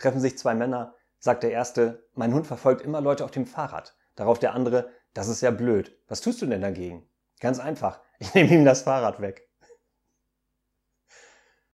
Treffen sich zwei Männer, sagt der erste, mein Hund verfolgt immer Leute auf dem Fahrrad. Darauf der andere, das ist ja blöd. Was tust du denn dagegen? Ganz einfach, ich nehme ihm das Fahrrad weg.